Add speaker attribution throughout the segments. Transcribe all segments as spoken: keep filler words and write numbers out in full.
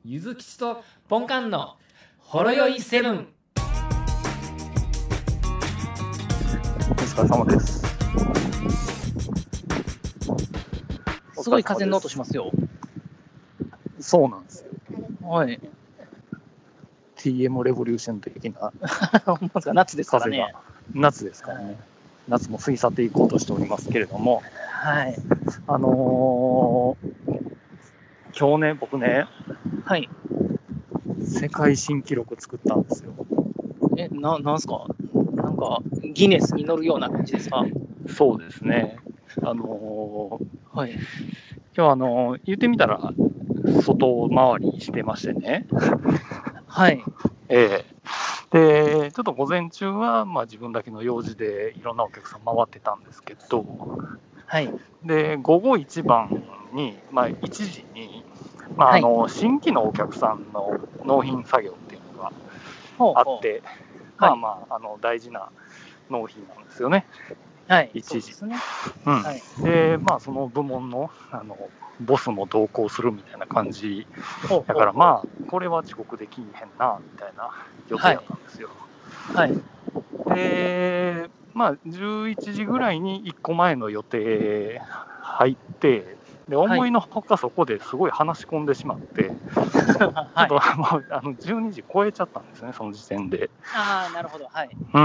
Speaker 1: ゆずきちとポンカンのほろよいセブン。
Speaker 2: お疲れ様です。
Speaker 3: すごい風の音しますよ。
Speaker 2: そうなんですよ。
Speaker 3: はい。
Speaker 2: ティーエム レボリューション的な
Speaker 3: ほんまですか、夏ですからね。
Speaker 2: 夏ですからね、はい。夏も過ぎ去っていこうとしておりますけれども、
Speaker 3: はい。
Speaker 2: あのー、今日ね、僕ね、
Speaker 3: はい。
Speaker 2: 世界新記録作ったんですよ。
Speaker 3: え、な、なんすか？なんか、ギネスに乗るような感じですか？
Speaker 2: そうですね。あのー、
Speaker 3: はい。
Speaker 2: 今日あのー、言ってみたら、外回りしてましてね。
Speaker 3: はい。
Speaker 2: ええ。で、ちょっと午前中は、まあ、自分だけの用事でいろんなお客さん回ってたんですけど、
Speaker 3: はい。
Speaker 2: で、午後一番に、まあ、いちじに、まあ、あの、新規のお客さんの納品作業っていうのがあって、
Speaker 3: ほうほう、
Speaker 2: まあまあ、あの、大事な納品なんですよね。
Speaker 3: はい。
Speaker 2: いちじ。
Speaker 3: そうですね。
Speaker 2: うん。
Speaker 3: はい、
Speaker 2: で、まあ、その部門の、あの、ボスも同行するみたいな感じだから、まあ、これは遅刻できへんな、みたいな予定だったんですよ。
Speaker 3: はい。はい、
Speaker 2: で、まあ、じゅういちじぐらいにいっこまえの予定入って、で思いのほかそこですごい話し込んでしまって、はい、ちょっともうあのじゅうにじ超えちゃったんですね、その時点で。
Speaker 3: ああ、なるほど、はい。
Speaker 2: うん、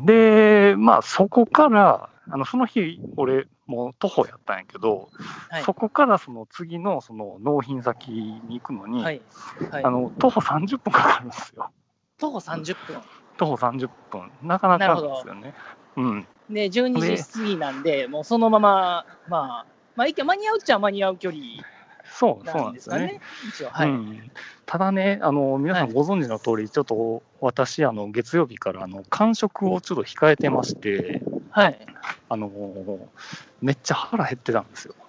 Speaker 2: で、まあ、そこから、あのその日、俺、もう徒歩やったんやけど、はい、そこからその次のその納品先に行くのに、はいはい、あの徒歩さんじゅっぷんかかるんですよ。
Speaker 3: 徒歩さんじゅっぷん
Speaker 2: 徒歩さんじゅっぷん、なかなかなんですよね。うん、
Speaker 3: で、じゅうにじ過ぎなんで、もうそのまま、まあ、まあ、一回間に合うっちゃ間に合う距離なんですかね、そう、そうなんですよね。一応、はい。うん、
Speaker 2: ただね、あの皆さんご存知の通り、はい、ちょっと私、あの月曜日からあの間食をちょっと控えてまして、はい、あのめっちゃ腹減ってたんですよ。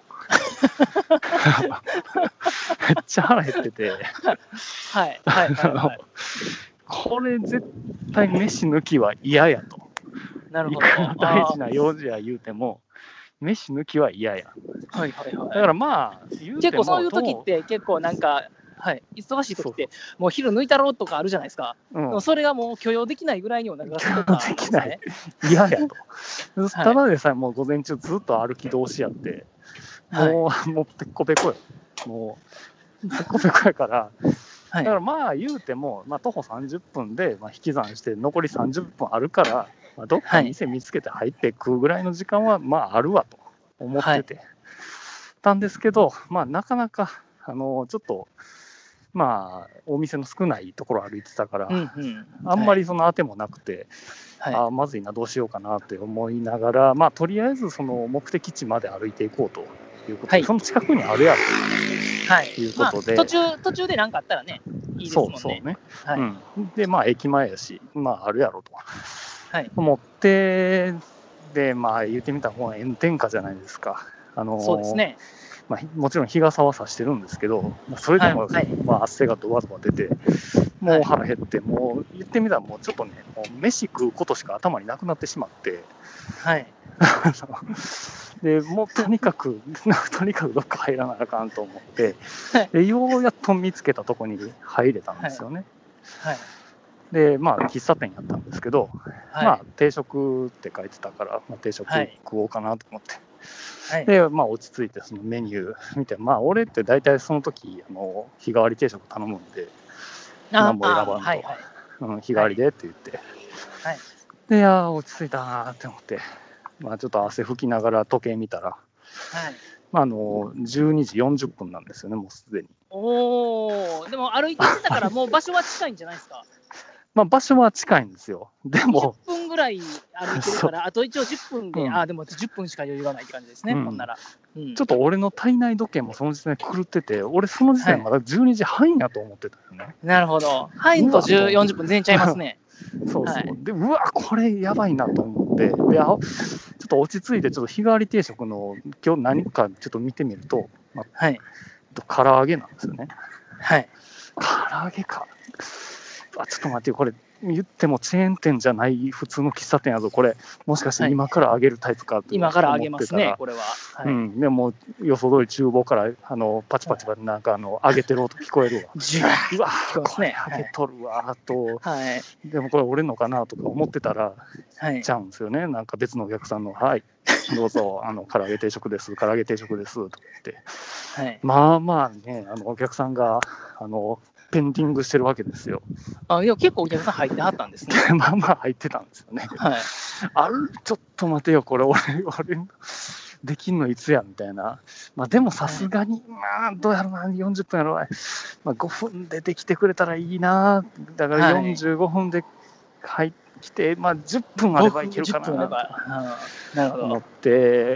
Speaker 2: めっちゃ腹減ってて、はい、はい、はいはい、これ絶対飯抜きは嫌やと。なるほど。いくら大事な用事や言うても、飯抜きは嫌や。はいはいはい。だからまあ、言うても結構
Speaker 3: そういう時って結構なんか、はい、忙しい時って、もう昼抜いたろうとかあるじゃないですか。うん、でもそれがもう許容できないぐらいにはなりますね。許容できない。
Speaker 2: 嫌やと。ただでさえもう午前中ずっと歩き通しやって、もう、はい、もうペコペコや。もう、ペコペコやから、だからまあ言うても、まあ、徒歩さんじゅっぷんでまあ引き算して残りさんじゅっぷんあるから、まあ、どっか店見つけて入って食うぐらいの時間はまああるわと思ってて、はい、たんですけど、まあ、なかなかあのちょっとまあお店の少ないところ歩いてたから、うんうん、あんまりその当てもなくて、はい、あまずいな、どうしようかなって思いながら、まあ、とりあえずその目的地まで歩いていこうということで、はい、その近くにあるやろということで、
Speaker 3: はい、まあ、途中途中で何かあったらね、いいですもんね。
Speaker 2: そうそうね、はい、うん、でまあ駅前やし、まああるやろと、はい、思って、でまあ言ってみたらもう炎天下じゃないですか。あのー、そうですね。まあ、もちろん日傘は差してるんですけど、それでも、はい、まあ、汗がドバドバ出て、もう腹減って、もう言ってみたらもうちょっとね、もう飯食うことしか頭になくなってしまって、はい、でもうとにかくとにかくどっか入らなあかんと思って、でようやっと見つけたとこに入れたんですよね。はいはい、でまあ喫茶店やったんですけど、はい、まあ定食って書いてたから、まあ、定食食おうかなと思って。はい、でまあ、落ち着いてそのメニュー見て、まあ、俺って大体その時あの日替わり定食頼むんで、何も選ばんと、はいはい、うん、日替わりでって言って、はい、でいや落ち着いたなって思って、まあ、ちょっと汗拭きながら時計見たら、はい、まあ、あのじゅうにじよんじゅっぷんなんですよね、もうすでに。
Speaker 3: おー、でも歩いてきてたから、もう場所は近いんじゃないですか。
Speaker 2: まあ、場所は近いんですよ。でも
Speaker 3: じゅっぷんぐらい歩いてるから、あと一応じゅっぷんで、うん、あでもじゅっぷんしか余裕がないって感じですね、うん、ほんなら、
Speaker 2: うん。ちょっと俺の体内時計もその時点で狂ってて、俺その時点まだじゅうにじはんやと思ってたよね。はい、
Speaker 3: なるほど。半とよんじゅっぷん全然ちゃいますね。
Speaker 2: そうそう。はい、で、うわ、これやばいなと思って、で、ちょっと落ち着いて、ちょっと日替わり定食の今日何かちょっと見てみると、まあ、はい。唐揚げなんですよね。はい。唐揚げか。あ、ちょっと待ってよ、これ、 言ってもチェーン店じゃない普通の喫茶店やぞ、これ、もしかして今から揚げるタイプかって、
Speaker 3: はい、今から揚げますね、これは。
Speaker 2: はい、うん、でも予想通り、厨房からあのパチパチパチなんかあの揚げてる音聞こえるわ、うわ、これ揚げとるわと、はい、でもこれ、折れるのかなとか思ってたら、はい、ちゃうんですよね、なんか別のお客さんの、はい、どうぞ、あの唐揚げ定食です、唐揚げ定食ですとか言って、はい、まあまあね、あのお客さんが、あのペンディングしてるわけですよ。
Speaker 3: あ、いや結構お客さん入ってはったんですね。
Speaker 2: まあまあ入ってたんですよね。はい、あるちょっと待てよ、これ俺、俺できんのいつやみたいな。まあでもさすがに、はい、まあどうやろうな、よんじゅっぷんやろう、まあ、ごふんでできてくれたらいいな。だからよんじゅうごふんで入ってきて、まあじゅっぷんあればいけるかなと思って、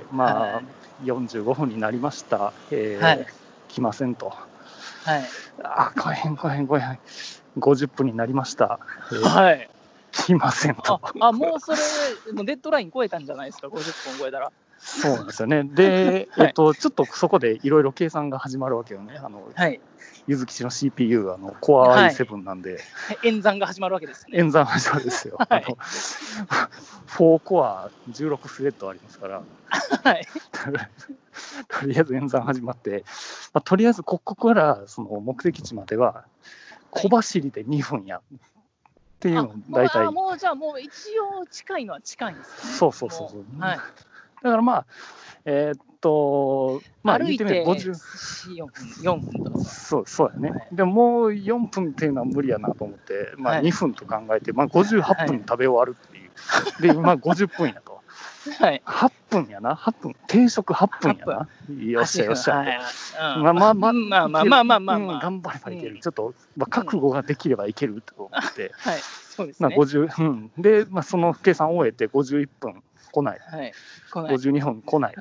Speaker 2: まあ、はい、よんじゅうごふんになりました。えーはい、来ませんと。はい、あ、来へん来へん来へん、ごじゅっぷんになりました、えー、はい、来ませんと。
Speaker 3: ああ、もうそれもうデッドライン超えたんじゃないですか、ごじゅっぷん超えたら。
Speaker 2: そうなんですよね。で、はい、えっと、ちょっとそこでいろいろ計算が始まるわけよね。あの、はい、ゆずきちの シーピーユー、あの Core アイセブン なんで、
Speaker 3: はい、演算が始まるわけですね。
Speaker 2: 演算始まるんですよ。はい、あのよんコアじゅうろくスレッドありますから、はい、とりあえず演算始まって、まあ、とりあえずここからその目的地までは小走りでにふんやっていうのを大体、
Speaker 3: あ、もうじゃあもう一応近いのは近いんですね。
Speaker 2: そうそうそうそう、はい、だからまあえー、っとまあ
Speaker 3: 歩いてごじゅうよんふんよんふんとか
Speaker 2: そうそうやね、はい、でももうよんぷんっていうのは無理やなと思って、まあ、にふんと考えて、まあ、ごじゅうはっぷんに食べ終わるっていう、はい、で今ごじゅっぷんやと、はい、はっぷんやな、はっぷん、定食はっぷんやな、よっしゃよっしゃ、はい、うん、まあまあまあまあまあまあまあまあ、まあ、頑張ればいける、うん、ちょっと、まあ、覚悟ができればいけると思って、はい、そうですね、まあごじゅう、うん、で、まあ、その計算を終えてごじゅういっぷん来ない、はい、来ないごじゅうにふん来ない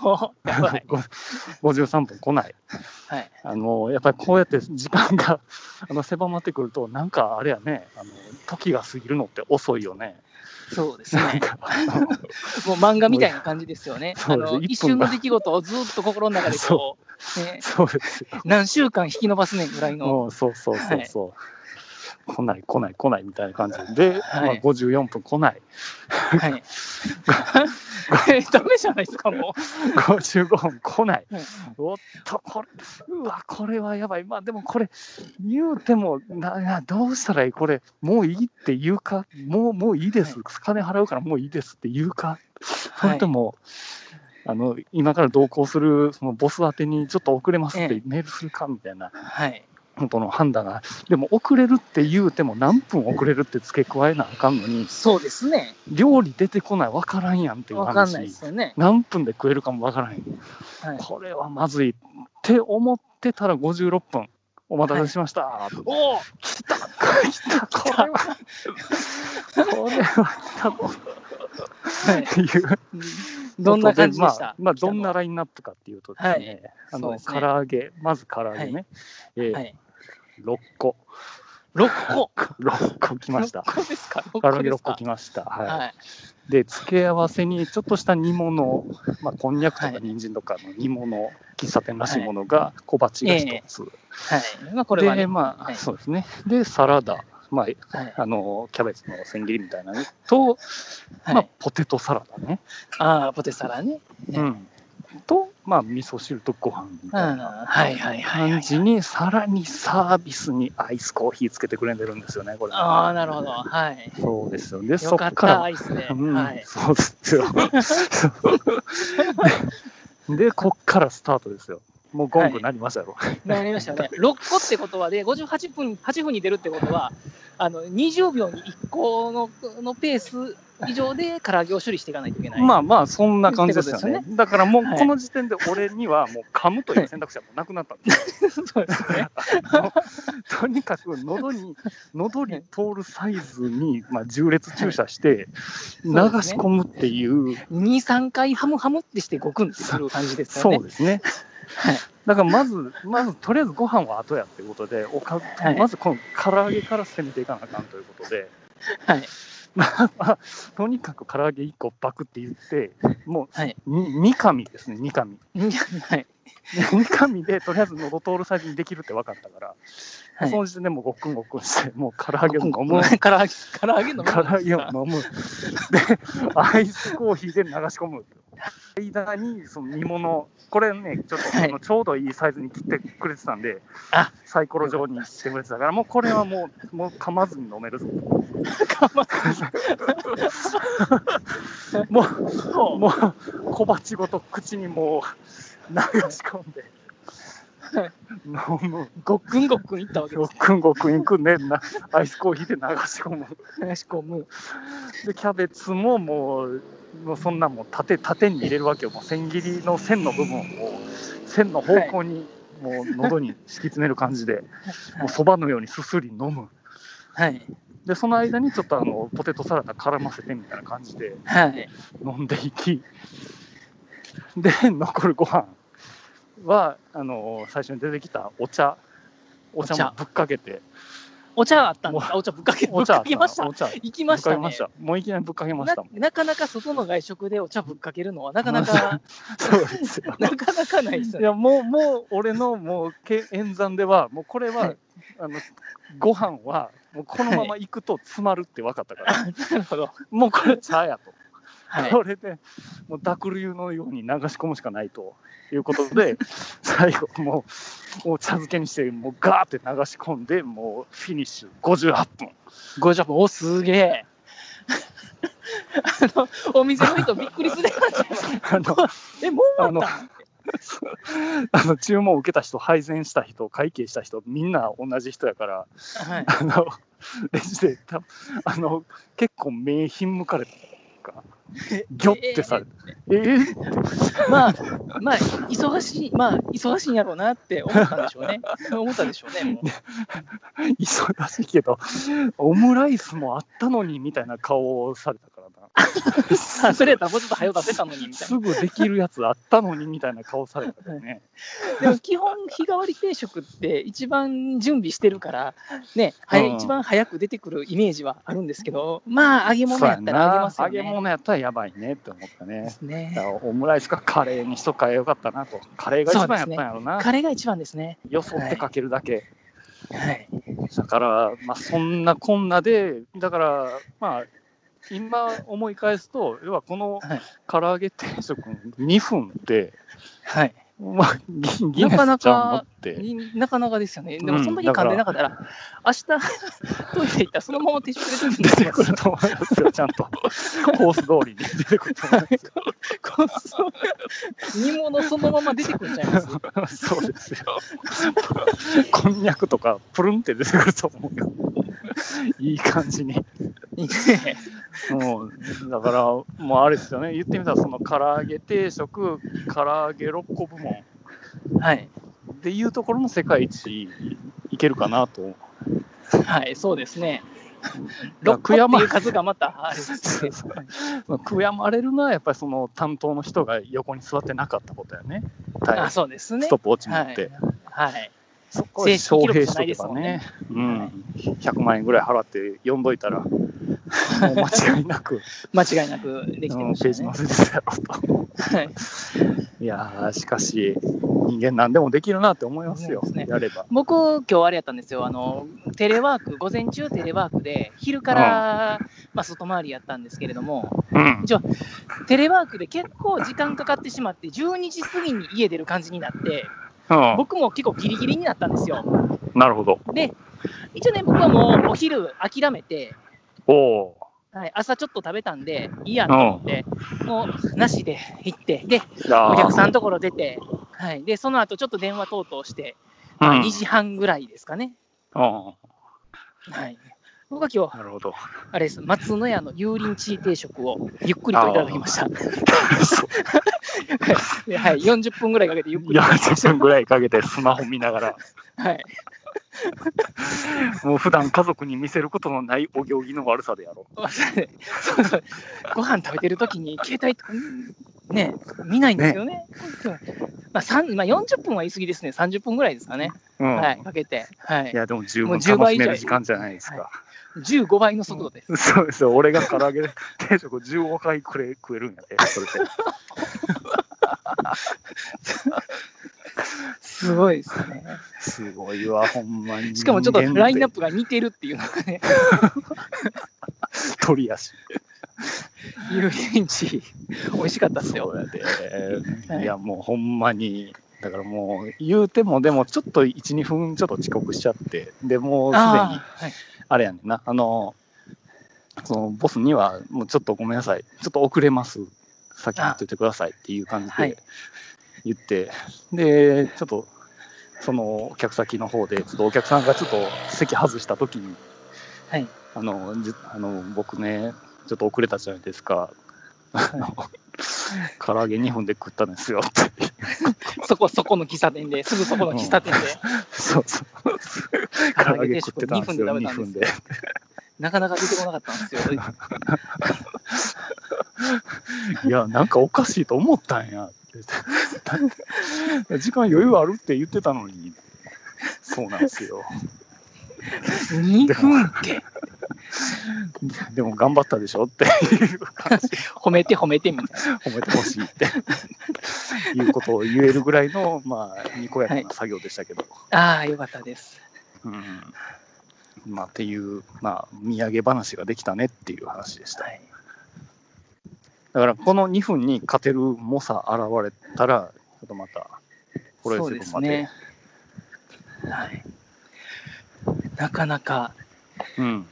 Speaker 2: ごじゅうさんぷん来ない、はい、あのやっぱりこうやって時間があの狭まってくると、なんかあれやね、あの時が過ぎるのって遅いよね。
Speaker 3: そうですね。もう漫画みたいな感じですよね。あの一瞬の出来事をずっと心の中でこう、ね、そうですよ、何週間引き延ばすねんぐらいの。
Speaker 2: そうそうそうそう。はい、来ない来ない来ないみたいな感じで、はい、まあ、ごじゅうよんぷん来ない。はい。
Speaker 3: これダメじゃないですか、も
Speaker 2: う。ごじゅうごふん来ない。はい、おっと、これ、うわ、これはやばい。まあでもこれ、言うてもな、などうしたらいい、これ、もういいって言うか、もう、もういいです、はい、金払うからもういいですって言うか、それとも、はい、あの今から同行するそのボス宛てにちょっと遅れますってメールするかみたいな。はい、本当の判断が、でも遅れるって言うても何分遅れるって付け加えなあかんのに、
Speaker 3: そうですね、
Speaker 2: 料理出てこない、分からんやんっていう話、分かんないですよね、何分で食えるかも分からん、はい、これはまずいって思ってたらごじゅうろっぷん、お待たせしました、はい、おお、来た、来た、これは、これは来たと。はい、っていう
Speaker 3: どんな感じでした、
Speaker 2: まあまあ、どんなラインナップかっていうとですね、はい、あの、ね、唐揚げ、まず唐揚げね、はい、えーはい、ろっこ。
Speaker 3: ろっこ ?
Speaker 2: ろっこ来ました。
Speaker 3: ろっこですか？
Speaker 2: 唐揚げろっこ来ました。はい。はい、で、付け合わせにちょっとした煮物、まあ、こんにゃくとか人参とかの煮物、はい、喫茶店らしいものが小鉢が一つ。はい。
Speaker 3: えー、まあ、これはね、
Speaker 2: で、まあ、はい、そうですね。で、サラダ。まあ、はい、あのキャベツの千切りみたいなのと、はい、まあ、ポテトサラダね。
Speaker 3: ああ、ポテサラね。
Speaker 2: うん。と、まあ、味噌汁とご飯みたいな感じに、さらにサービスにアイスコーヒーつけてくれてるんですよね、これ。
Speaker 3: ああ、なるほど。はい。
Speaker 2: そうですよ。で、
Speaker 3: そっから、アイスで。
Speaker 2: うん、はい、そうですよ。で、で、こっからスタートですよ。もうゴングなりましたよ。
Speaker 3: はい、なりましたね。ろっこってことはで、ごじゅうはっぷん、はっぷんに出るってことは、あのにじゅうびょうにいっこ の, のペース以上で唐揚げを処理していかないといけない。
Speaker 2: まあまあ、そんな感じですよね。よね、だからもう、この時点で俺にはもう噛むという選択肢はもうなくなったんですよ。そうですね。とにかく喉に、喉に通るサイズに、まあ、縦列注射して、流し込むっていう。
Speaker 3: ね、に、さんかいハムハムってしてごくんってする感じですよね。
Speaker 2: そうですね。はい、だからまず、まずとりあえずご飯は後やっていうことで、おか、はい、まずこの唐揚げから攻めていかなあかんということで、はい、 まあまあ、とにかく唐揚げいっこバクって言って、もう、はい、にかみですね、にかみ。
Speaker 3: はい、
Speaker 2: にかみでとりあえず喉通るサイズにできるって分かったから、はい、その時点でもうごっくんごっくんして、もう唐揚げを飲む。
Speaker 3: 唐揚げ、唐揚げ飲む。
Speaker 2: 唐揚げを飲む。で、アイスコーヒーで流し込む。間にその煮物、これね、ちょっと、はい、ちょうどいいサイズに切ってくれてたんで、あサイコロ状にしてくれてたから、もうこれはもう、もう噛まずに飲めるぞ。
Speaker 3: 噛まず
Speaker 2: にもう、もう小鉢ごと口にもう流し込んで。飲む。
Speaker 3: ごっくんごっくんいったわけです、ね。
Speaker 2: ごっくんごっくんいくねんな。アイスコーヒーで流し込む。
Speaker 3: 流し込む。
Speaker 2: で、キャベツももう、もうそんなもう縦、縦に入れるわけよ。もう千切りの線の部分を線の方向にもう喉に敷き詰める感じで、はい、もうそばのようにすすり飲む。
Speaker 3: はい。
Speaker 2: で、その間にちょっとあのポテトサラダ絡ませてみたいな感じで飲んでいき、で、残るご飯はあの最初に出てきたお茶、お茶もぶっかけて。
Speaker 3: お茶あったんですか？お茶ぶっかけ、ぶっかけました。行きましたね。
Speaker 2: もういきなりぶっかけましたもん。
Speaker 3: な, なかなか外の外食でお茶ぶっかけるのはなかなか
Speaker 2: そうですよ。
Speaker 3: なかなかないですよ、ね。
Speaker 2: いやもうもう俺のもう演算ではもうこれは、はい、あのご飯はもうこのまま行くと詰まるって分かったから。
Speaker 3: はい、なるほど。
Speaker 2: もうこれ茶やと。
Speaker 3: はい、
Speaker 2: これでもう濁流のように流し込むしかないということで最後もう、もう茶漬けにしてもうガーって流し込んでもうフィニッシュごじゅうはっぷん
Speaker 3: ごじゅうはっぷんおすげえあのお店の人びっくりするあのえもう終わった
Speaker 2: あの注文を受けた人配膳した人会計した人みんな同じ人やから、はい、あのレジでたあの結構目ひんむかれたかギョってされて、えー、えー、
Speaker 3: まあまあ忙しいまあ忙しいんやろうなって思ったんでしょうね思ったでしょうねもう
Speaker 2: 忙しいけどオムライスもあったのにみたいな顔をされたから
Speaker 3: なそれやったらもうちょっと早く出せたのにみたいな
Speaker 2: すぐできるやつあったのにみたいな顔されたからね
Speaker 3: でも基本日替わり定食って一番準備してるからね、うん、一番早く出てくるイメージはあるんですけどまあ揚げ物やったら揚げますよね
Speaker 2: 揚げ物やったらやばいねって思ったね
Speaker 3: ですね
Speaker 2: だからオムライスかカレーにしとかよかったなとカレーが一番やったんやろな、
Speaker 3: ね、カレーが一番ですね
Speaker 2: よそってかけるだけ、
Speaker 3: はい、
Speaker 2: だから、まあ、そんなこんなでだからまあ今思い返すと要はこの唐揚げ定食にふんで、
Speaker 3: はい
Speaker 2: まあ、ギギネスちゃん持って
Speaker 3: なかなかですよね。でもそんなに噛んでなかったら、うん、明日トイレ行ったらそのまま定食
Speaker 2: 出てくると思いますよ、ちゃんとコース通りに出てくると思いますよ。
Speaker 3: コース煮物そのまま出てくるんちゃいます
Speaker 2: そうですよ。こんにゃくとかプルンって出てくると思うよ。いい感じに。もうだからもうあれですよね言ってみたらその唐揚げ定食唐揚げろっこ部門
Speaker 3: はい
Speaker 2: っていうところも世界一いけるかなと
Speaker 3: はいそうですねろっこっていう数がまたあれですね
Speaker 2: 悔やまれるのはやっぱりその担当の人が横に座ってなかったことやね
Speaker 3: あそうですね
Speaker 2: ストップウォッチ持って
Speaker 3: はい、はい
Speaker 2: そこで招聘しとけばね、うん、ひゃくまんえんぐらい払って呼んどいたら、もう間違いなく、
Speaker 3: 間違いなくできてましたね。
Speaker 2: ページのせですやろうと。はい、いやしかし、人間何でもできるなって思いますよ、ね、やれば。
Speaker 3: 僕、今日あれやったんですよあの、テレワーク、午前中テレワークで、昼から、うんまあ、外回りやったんですけれども、うん、一応、テレワークで結構時間かかってしまって、じゅうにじ過ぎに家出る感じになって、うん、僕も結構ギリギリになったんですよ。
Speaker 2: なるほど。
Speaker 3: で、一応ね、僕はもうお昼諦めて、
Speaker 2: お
Speaker 3: はい、朝ちょっと食べたんで、いいやと思って、うん、もうなしで行って、で、お客さんのところ出て、はい、で、その後ちょっと電話等々して、まあ、にじはんぐらいですかね。
Speaker 2: うん、
Speaker 3: はい。僕は今日、
Speaker 2: なるほど
Speaker 3: あれです、松の屋の油淋鶏定食をゆっくりといただきました。はい、よんじゅっぷんぐらいかけてゆっくり。
Speaker 2: よんじゅっぷんぐらいかけてスマホ見ながら。
Speaker 3: はい。
Speaker 2: もう普段家族に見せることのないお行儀の悪さでやろう。
Speaker 3: ご飯食べてるときに携帯とかね見ないんですよね。ねまあまあ、よんじゅっぷんは言い過ぎですね。さんじゅっぷんぐらいですかね。うん、はい、かけて。はい。
Speaker 2: いや、でも十分楽しめる時間じゃないですか。
Speaker 3: じゅうごばいの速度です。
Speaker 2: そうですよ。俺が唐揚げ定食じゅうごかい食え食えるんやで、それで。
Speaker 3: すごいですね。
Speaker 2: すごいわ、ほんまに。
Speaker 3: しかもちょっとラインナップが似てるっていうのがね。
Speaker 2: 鳥やし。
Speaker 3: 遊園地、美味しかったっすよ。
Speaker 2: そうやで、はい。いや、もうほんまに。だからもう言うても、でもちょっといち、にふんちょっと遅刻しちゃって、でもうすでに、あ、はい、あれやねんな、あの、そのボスには、もうちょっとごめんなさい、ちょっと遅れます、先に言っといてくださいっていう感じで言って、はい、で、ちょっと、そのお客先の方で、ちょっとお客さんがちょっと席外したときに、はい、あのじあの僕ね、ちょっと遅れたじゃないですか。唐揚げにふんで食ったんですよって
Speaker 3: そこそこの喫茶店ですぐそこの喫茶店で、うん、
Speaker 2: そうそう唐揚げ食ってたんですよにふんで
Speaker 3: なかなか出てこなかったんですよ
Speaker 2: いやなんかおかしいと思ったんやって時間余裕あるって言ってたのにそうなんですよ
Speaker 3: にふんって
Speaker 2: でも頑張ったでしょっていう感じ
Speaker 3: 褒めて褒めてみたいな
Speaker 2: 褒めてほしいっていうことを言えるぐらいのまあにこやかな作業でしたけど、はい、
Speaker 3: ああよかったです、
Speaker 2: うんまあ、っていうまあ土産話ができたねっていう話でした、はい、だからこのにふんに勝てる猛者現れたらちょっとまたこれ
Speaker 3: そうですね、はい、なかなか
Speaker 2: うん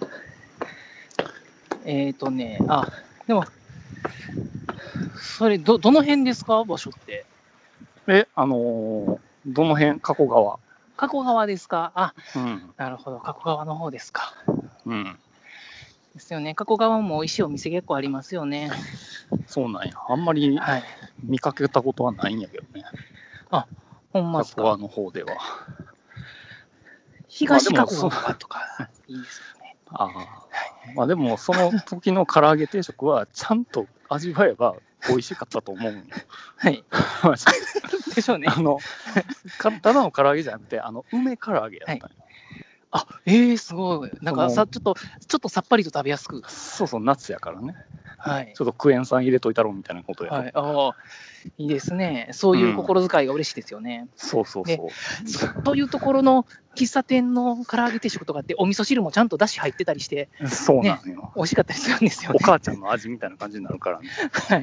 Speaker 3: えっ、ー、とね、あ、でも、それ、ど、どの辺ですか、場所って。
Speaker 2: え、あのー、どの辺、加古川。
Speaker 3: 加古川ですか。あ、
Speaker 2: うん、
Speaker 3: なるほど、加古川の方ですか。
Speaker 2: うん。
Speaker 3: ですよね、加古川も美味しいお店結構ありますよね。
Speaker 2: そうなんや。あんまり見かけたことはないんやけどね。
Speaker 3: はい、あ、ほんまですか。
Speaker 2: 加古川の方では。
Speaker 3: 東加古川とか、いいですよね。
Speaker 2: ああ。まあでもその時の唐揚げ定食はちゃんと味わえば美味しかったと思うんよ。
Speaker 3: はい。でしょうね。
Speaker 2: あのただの唐揚げじゃなくてあの梅唐揚げやったんよ。はい、
Speaker 3: あ、えー、すごい。なんかさちょっとちょっとさっぱりと食べやすく。
Speaker 2: そうそう夏やからね。
Speaker 3: はい。
Speaker 2: ちょっとクエン酸入れといたろうみたいなことや。
Speaker 3: はい。ああ。いいですね。そういう心遣いが嬉しいですよね。
Speaker 2: うん、そうそうそう。
Speaker 3: というところの喫茶店の唐揚げ定食とかってお味噌汁もちゃんとだし入ってたりして、
Speaker 2: そうなのよ、
Speaker 3: ね、美味しかったりするんですよね。
Speaker 2: お母ちゃんの味みたいな感じになるからね。
Speaker 3: はい。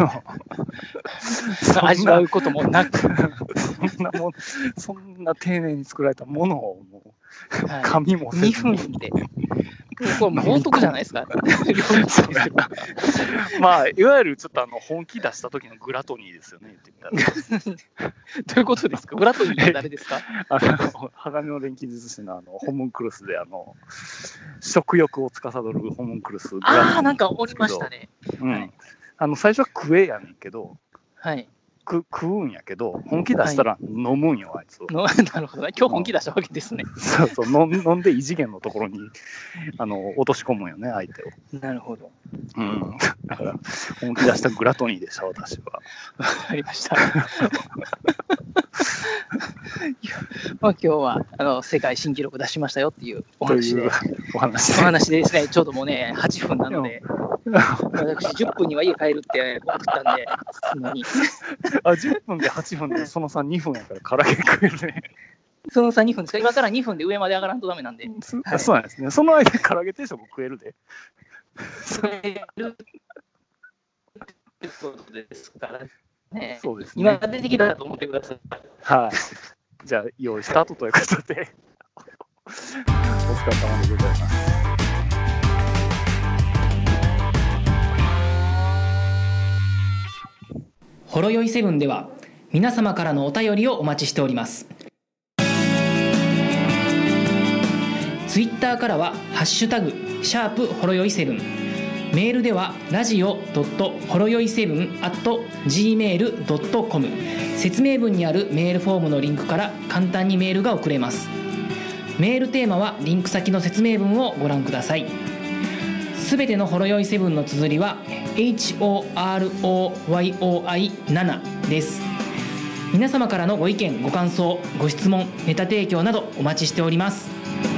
Speaker 3: 味わうこともなく、
Speaker 2: そんなもん、そんな丁寧に作られたものをもう、はい、紙もせずに
Speaker 3: にふんで。これ冒涜じゃないですか。
Speaker 2: まあいわゆるちょっとあの本気出した時のグラトニーですよね。言ってみたら
Speaker 3: どういうことですか。グラトニーって誰ですか。
Speaker 2: あの鋼の錬金術師のあのホムンクルスであの食欲を司るホムンクルス。
Speaker 3: ああなんかおりましたね。
Speaker 2: うん。はい、あの最初は食えやねんけど。
Speaker 3: はい。
Speaker 2: く食うんやけど本気出したら飲むんよ、はい、あいつを。
Speaker 3: なるほどね。今日本気出したわけですね。
Speaker 2: そうそう飲ん、飲んで異次元のところにあの落とし込むんよね相手を。
Speaker 3: なるほど。
Speaker 2: うん。だから本気出したグラトニーでした私は。
Speaker 3: わかりました。まあ今日はあの世界新記録出しましたよっていうお話で、
Speaker 2: お話
Speaker 3: でお話でですね、ちょうどもうねはっぷんなので、私じゅっぷんには家帰るって送ったんで、すぐに。
Speaker 2: あ、じゅっぷんではっぷんでその差にふんやから唐揚げ食えるね。
Speaker 3: その差にふんですか。今からにふんで上まで上がらんとダメなんで。
Speaker 2: はい、そうなんですね。その間唐揚げ定食食えるで。
Speaker 3: 食えるってことですからね。
Speaker 2: そうですね。
Speaker 3: 今出てきたと思ってください。
Speaker 2: はい。じゃあ用意スタートということでお疲れ様でございます。
Speaker 1: ほろよいセブンでは皆様からのお便りをお待ちしております。ツイッターからはハッシュタグシャープほろよいセブン、メールではラジオドットほろよいセブンアットジーメールドットコム、説明文にあるメールフォームのリンクから簡単にメールが送れます。メールテーマはリンク先の説明文をご覧ください。すべてのほろよいセブンの綴りは エイチオーアールオーワイオーアイセブン です。 皆様からのご意見ご感想ご質問ネタ提供などお待ちしております。